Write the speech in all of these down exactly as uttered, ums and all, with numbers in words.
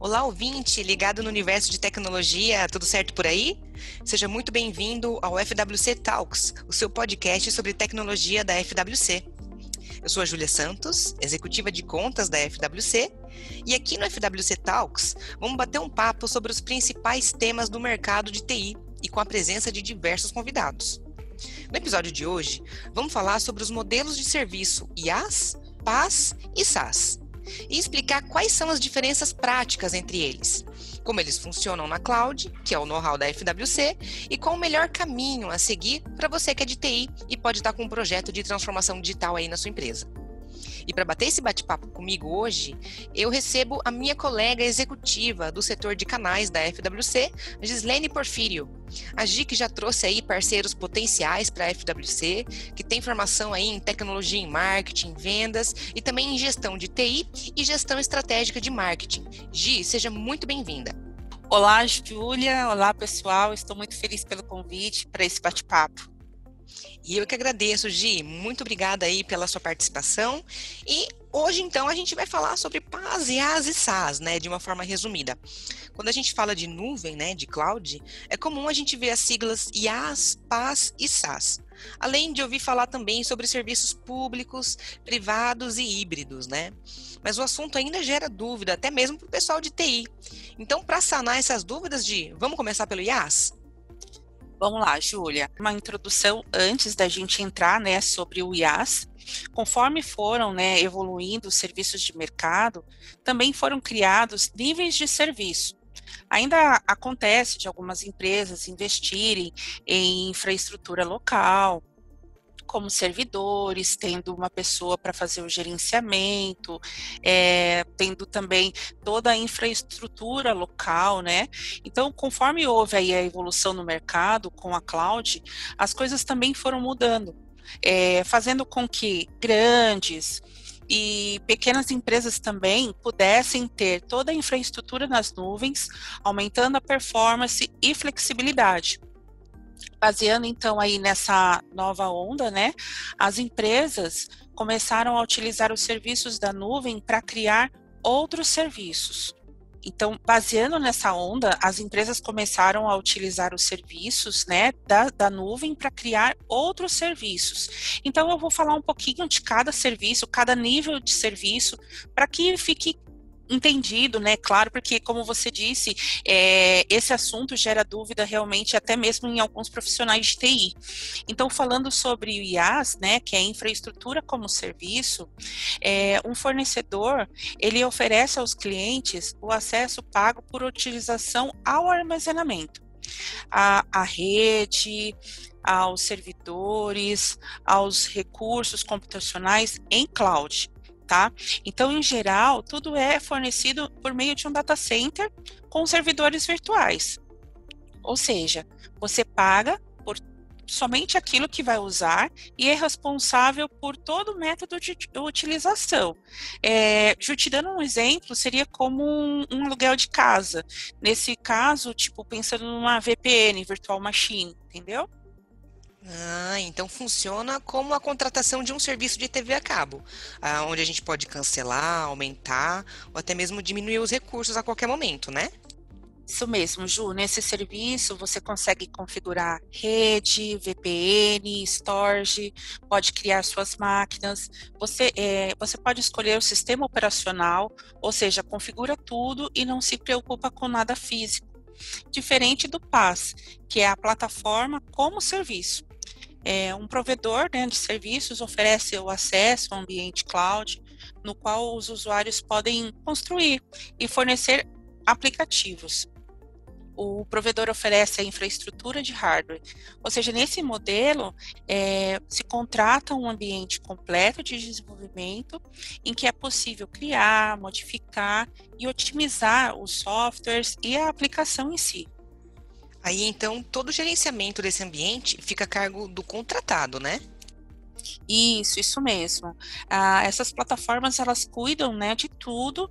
Olá, ouvinte, ligado no universo de tecnologia, tudo certo por aí? Seja muito bem-vindo ao F W C Talks, o seu podcast sobre tecnologia da F W C. Eu sou a Júlia Santos, executiva de contas da F W C, e aqui no F W C Talks vamos bater um papo sobre os principais temas do mercado de T I e com a presença de diversos convidados. No episódio de hoje, vamos falar sobre os modelos de serviço IaaS, PaaS e SaaS, e explicar quais são as diferenças práticas entre eles, como eles funcionam na cloud, que é o know-how da F W C, e qual o melhor caminho a seguir para você que é de T I e pode estar com um projeto de transformação digital aí na sua empresa. E para bater esse bate-papo comigo hoje, eu recebo a minha colega executiva do setor de canais da F W C, a Gislene Porfírio. A Gi que já trouxe aí parceiros potenciais para a F W C, que tem formação aí em tecnologia em marketing, vendas e também em gestão de T I e gestão estratégica de marketing. Gi, seja muito bem-vinda. Olá, Júlia. Olá, pessoal. Estou muito feliz pelo convite para esse bate-papo. E eu que agradeço, Gi. Muito obrigada aí pela sua participação. E hoje, então, a gente vai falar sobre PaaS, IaaS e SaaS, né, de uma forma resumida. Quando a gente fala de nuvem, né, de cloud, é comum a gente ver as siglas IaaS, PaaS e SaaS. Além de ouvir falar também sobre serviços públicos, privados e híbridos, né? Mas o assunto ainda gera dúvida, até mesmo para o pessoal de T I. Então, para sanar essas dúvidas, Gi, vamos começar pelo IaaS? Vamos lá, Júlia. Uma introdução antes da gente entrar, né, sobre o IaaS. Conforme foram, né, evoluindo os serviços de mercado, também foram criados níveis de serviço. Ainda acontece de algumas empresas investirem em infraestrutura local, como servidores, tendo uma pessoa para fazer o gerenciamento, é, tendo também toda a infraestrutura local, né? Então, conforme houve aí a evolução no mercado com a cloud, as coisas também foram mudando, é, fazendo com que grandes e pequenas empresas também pudessem ter toda a infraestrutura nas nuvens, aumentando a performance e flexibilidade. Baseando então aí nessa nova onda, né, as empresas começaram a utilizar os serviços da nuvem para criar outros serviços. Então, baseando nessa onda, as empresas começaram a utilizar os serviços, né, da, da nuvem para criar outros serviços. Então, eu vou falar um pouquinho de cada serviço, cada nível de serviço, para que fique entendido, né, claro, porque como você disse, é, esse assunto gera dúvida realmente até mesmo em alguns profissionais de T I. Então, falando sobre o IaaS, né, que é infraestrutura como serviço, é, um fornecedor, ele oferece aos clientes o acesso pago por utilização ao armazenamento, a, a rede, aos servidores, aos recursos computacionais em cloud. Tá? Então, em geral, tudo é fornecido por meio de um data center com servidores virtuais. Ou seja, você paga por somente aquilo que vai usar e é responsável por todo o método de utilização. É, te dando um exemplo, seria como um, um aluguel de casa. Nesse caso, tipo, pensando numa V P N, Virtual Machine, entendeu? Ah, então funciona como a contratação de um serviço de T V a cabo, ah, onde a gente pode cancelar, aumentar ou até mesmo diminuir os recursos a qualquer momento, né? Isso mesmo, Ju. Nesse serviço você consegue configurar rede, V P N, storage, pode criar suas máquinas, você, é, você pode escolher o sistema operacional, ou seja, configura tudo e não se preocupa com nada físico. Diferente do PaaS, que é a plataforma como serviço. É, um provedor, né, de serviços oferece o acesso ao ambiente cloud, no qual os usuários podem construir e fornecer aplicativos. O provedor oferece a infraestrutura de hardware, ou seja, nesse modelo é, se contrata um ambiente completo de desenvolvimento em que é possível criar, modificar e otimizar os softwares e a aplicação em si. Aí, então, todo o gerenciamento desse ambiente fica a cargo do contratado, né? Isso, isso mesmo. Ah, essas plataformas, elas cuidam, né, de tudo,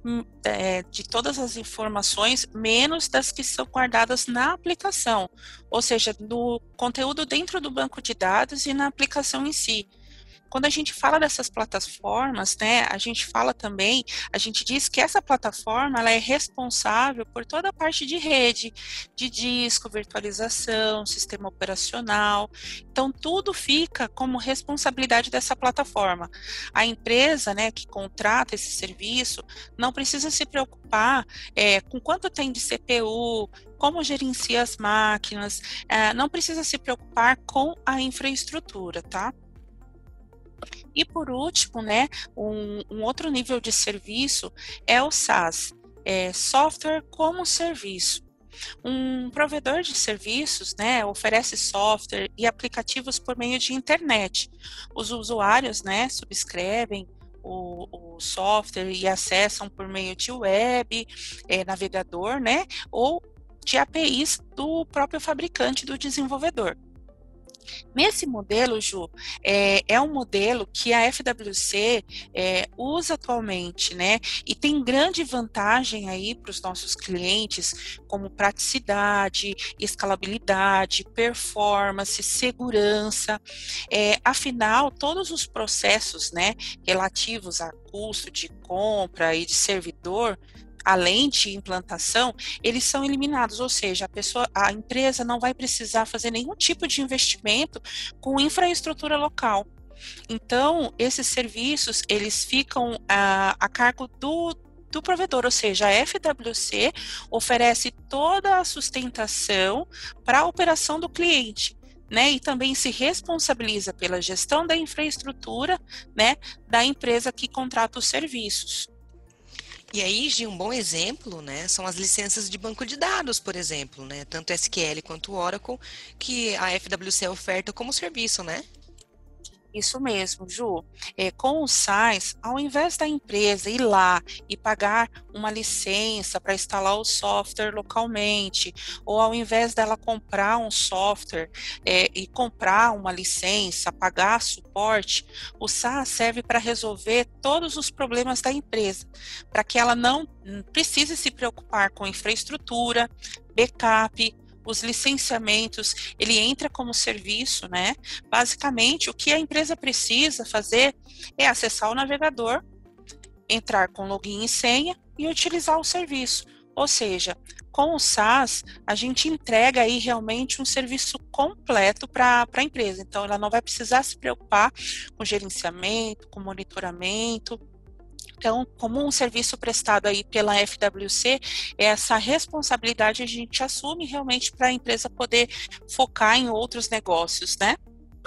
é, de todas as informações, menos das que são guardadas na aplicação, ou seja, do conteúdo dentro do banco de dados e na aplicação em si. Quando a gente fala dessas plataformas, né, a gente fala também, a gente diz que essa plataforma ela é responsável por toda a parte de rede, de disco, virtualização, sistema operacional. Então, tudo fica como responsabilidade dessa plataforma. A empresa, né, que contrata esse serviço não precisa se preocupar é, com quanto tem de C P U, como gerencia as máquinas, é, não precisa se preocupar com a infraestrutura, tá? E por último, né, um, um outro nível de serviço é o SaaS, é, Software como Serviço. Um provedor de serviços, né, oferece software e aplicativos por meio de internet. Os usuários, né, subscrevem o, o software e acessam por meio de web, é, navegador, né, ou de A P Is do próprio fabricante, do desenvolvedor. Nesse modelo, Ju, é, é um modelo que a F W C é, usa atualmente, né? E tem grande vantagem aí para os nossos clientes, como praticidade, escalabilidade, performance, segurança. É, afinal, todos os processos, né, relativos a custo de compra e de servidor, além de implantação, eles são eliminados, ou seja, a pessoa, a empresa não vai precisar fazer nenhum tipo de investimento com infraestrutura local. Então, esses serviços, eles ficam a, a cargo do, do provedor, ou seja, a F W C oferece toda a sustentação para a operação do cliente. Né, e também se responsabiliza pela gestão da infraestrutura, né, da empresa que contrata os serviços. E aí, Gi, um bom exemplo, né, são as licenças de banco de dados, por exemplo, né, tanto S Q L quanto Oracle, que a F W C oferta como serviço, né? Isso mesmo, Ju. É, com o SaaS, ao invés da empresa ir lá e pagar uma licença para instalar o software localmente, ou ao invés dela comprar um software é, e comprar uma licença, pagar suporte, o SaaS serve para resolver todos os problemas da empresa, para que ela não precise se preocupar com infraestrutura, backup, os licenciamentos, ele entra como serviço, né? Basicamente, o que a empresa precisa fazer é acessar o navegador, entrar com login e senha e utilizar o serviço. Ou seja, com o SaaS, a gente entrega aí realmente um serviço completo para a empresa. Então, ela não vai precisar se preocupar com gerenciamento, com monitoramento. Então, como um serviço prestado aí pela F W C, essa responsabilidade a gente assume realmente para a empresa poder focar em outros negócios, né?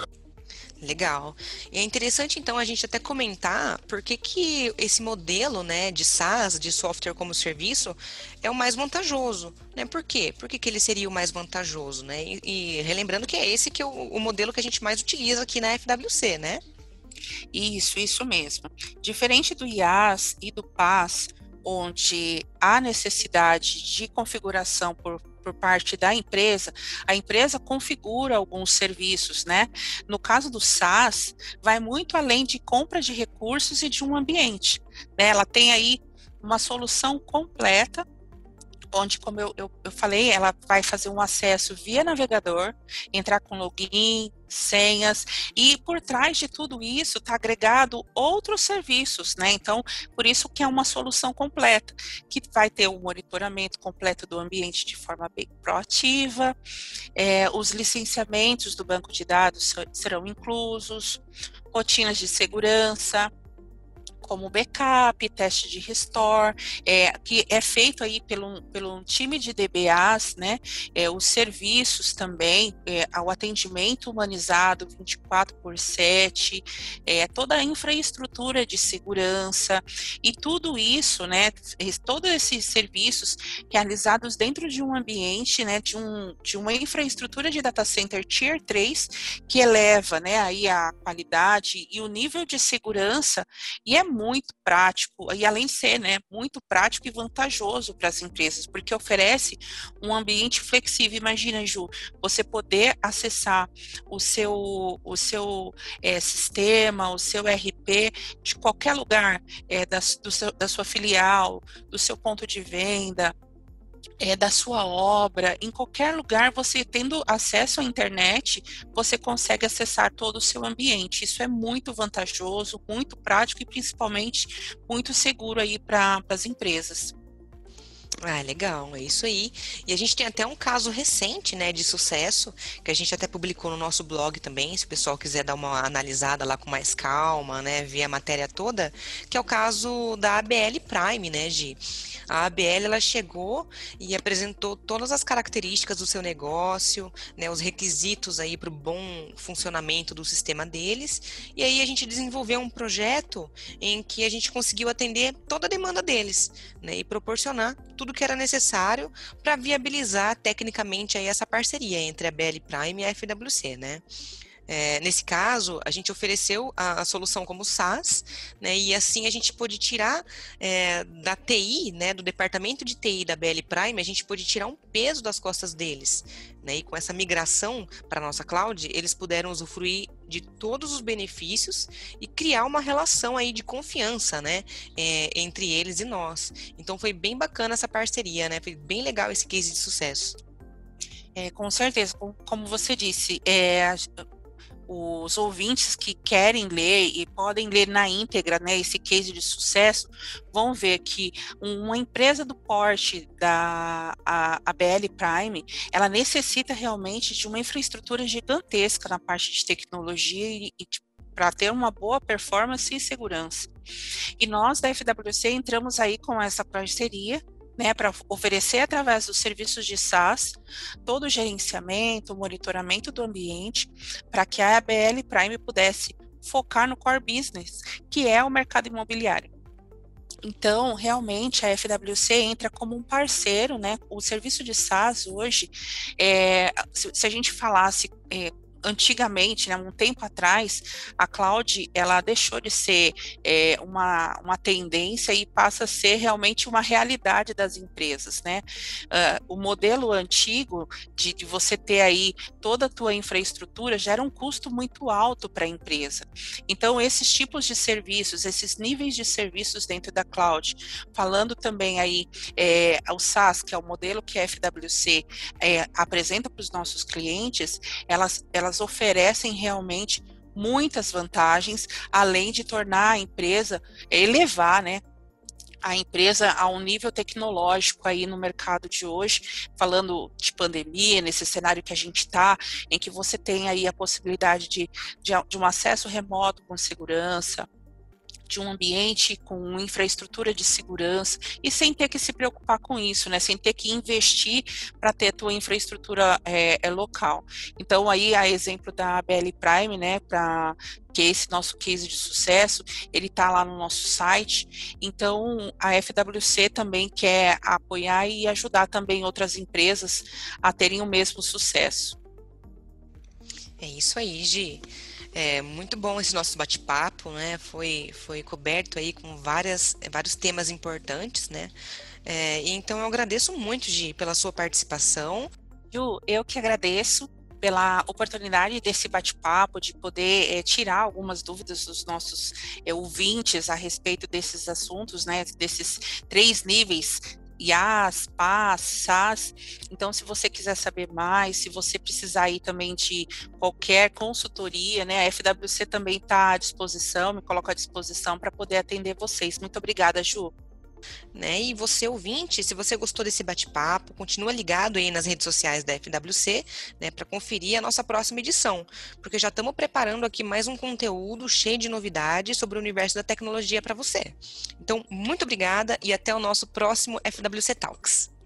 Legal. E é interessante, então, a gente até comentar por que que esse modelo, né, de SaaS, de software como serviço, é o mais vantajoso, né? Por quê? Por que que ele seria o mais vantajoso, né? E, e relembrando que é esse que é o, o modelo que a gente mais utiliza aqui na F W C, né? Isso, isso mesmo. Diferente do IaaS e do PaaS, onde há necessidade de configuração por, por parte da empresa, a empresa configura alguns serviços, né? No caso do SaaS, vai muito além de compra de recursos e de um ambiente, né? Ela tem aí uma solução completa, onde, como eu, eu, eu falei, ela vai fazer um acesso via navegador, entrar com login, senhas, e por trás de tudo isso está agregado outros serviços, né? Então, por isso que é uma solução completa, que vai ter o monitoramento completo do ambiente de forma bem proativa, é, os licenciamentos do banco de dados serão inclusos, rotinas de segurança, como backup, teste de restore, é, que é feito aí pelo, pelo time de D B As, né, é, os serviços também, é, o atendimento humanizado vinte e quatro por sete, é, toda a infraestrutura de segurança e tudo isso, né, todos esses serviços realizados dentro de um ambiente, né, de, um, de uma infraestrutura de data center Tier três, que eleva, né, aí a qualidade e o nível de segurança, e é muito prático, e além de ser, né, muito prático e vantajoso para as empresas, porque oferece um ambiente flexível. Imagina, Ju, você poder acessar o seu, o seu é, sistema, o seu R P de qualquer lugar, é, da, do seu, da sua filial, do seu ponto de venda, É, da sua obra, em qualquer lugar, você tendo acesso à internet, você consegue acessar todo o seu ambiente. Isso é muito vantajoso, muito prático e principalmente muito seguro aí para as empresas. Ah, legal, é isso aí. E a gente tem até um caso recente, né, de sucesso, que a gente até publicou no nosso blog também, se o pessoal quiser dar uma analisada lá com mais calma, né, ver a matéria toda, que é o caso da A B L Prime, né, Gi? A A B L, ela chegou e apresentou todas as características do seu negócio, né, os requisitos aí para o bom funcionamento do sistema deles, e aí a gente desenvolveu um projeto em que a gente conseguiu atender toda a demanda deles, né, e proporcionar tudo que era necessário para viabilizar tecnicamente aí essa parceria entre a B L Prime e a F W C, né? É, nesse caso, a gente ofereceu a, a solução como SaaS, né, e assim a gente pôde tirar é, da T I, né, do departamento de T I da B L Prime, a gente pôde tirar um peso das costas deles, né, e com essa migração para a nossa cloud, eles puderam usufruir de todos os benefícios e criar uma relação aí de confiança, né, é, entre eles e nós. Então foi bem bacana essa parceria, né, foi bem legal esse case de sucesso. É, com certeza, como, como você disse, é, os ouvintes que querem ler e podem ler na íntegra, né, esse case de sucesso, vão ver que uma empresa do porte da a, a B L Prime, ela necessita realmente de uma infraestrutura gigantesca na parte de tecnologia e, e para ter uma boa performance e segurança. E nós da F W C entramos aí com essa parceria, né, para oferecer através dos serviços de SaaS todo o gerenciamento, o monitoramento do ambiente, para que a A B L Prime pudesse focar no core business, que é o mercado imobiliário. Então, realmente, a F W C entra como um parceiro, né? O serviço de SaaS hoje, é, se, se a gente falasse é, antigamente, né, um tempo atrás, a cloud ela deixou de ser é, uma, uma tendência e passa a ser realmente uma realidade das empresas, né? Uh, o modelo antigo de, de você ter aí toda a tua infraestrutura já era um custo muito alto para a empresa. Então, esses tipos de serviços, esses níveis de serviços dentro da cloud, falando também aí é, o SaaS, que é o modelo que a F W C é, apresenta para os nossos clientes, elas, elas elas oferecem realmente muitas vantagens, além de tornar a empresa, elevar, né, a empresa a um nível tecnológico aí no mercado de hoje, falando de pandemia, nesse cenário que a gente está, em que você tem aí a possibilidade de, de, de um acesso remoto com segurança, de um ambiente com infraestrutura de segurança e sem ter que se preocupar com isso, né? Sem ter que investir para ter a tua infraestrutura é, é local. Então aí a exemplo da B L Prime, né? Para que esse nosso case de sucesso, ele está lá no nosso site. Então a F W C também quer apoiar e ajudar também outras empresas a terem o mesmo sucesso. É isso aí, Gi. É muito bom esse nosso bate-papo, né? Foi, foi coberto aí com várias, vários temas importantes, né? É, então eu agradeço muito, Gi, pela sua participação. Ju, eu que agradeço pela oportunidade desse bate-papo, de poder é, tirar algumas dúvidas dos nossos é, ouvintes a respeito desses assuntos, né? Desses três níveis. IaaS, PaaS, SaaS. Então, se você quiser saber mais, se você precisar aí também de qualquer consultoria, né, a F W C também está à disposição, me coloco à disposição para poder atender vocês. Muito obrigada, Ju. Né? E você, ouvinte, se você gostou desse bate-papo, continua ligado aí nas redes sociais da F W C, né, para conferir a nossa próxima edição, porque já estamos preparando aqui mais um conteúdo cheio de novidades sobre o universo da tecnologia para você. Então, muito obrigada e até o nosso próximo F W C Talks.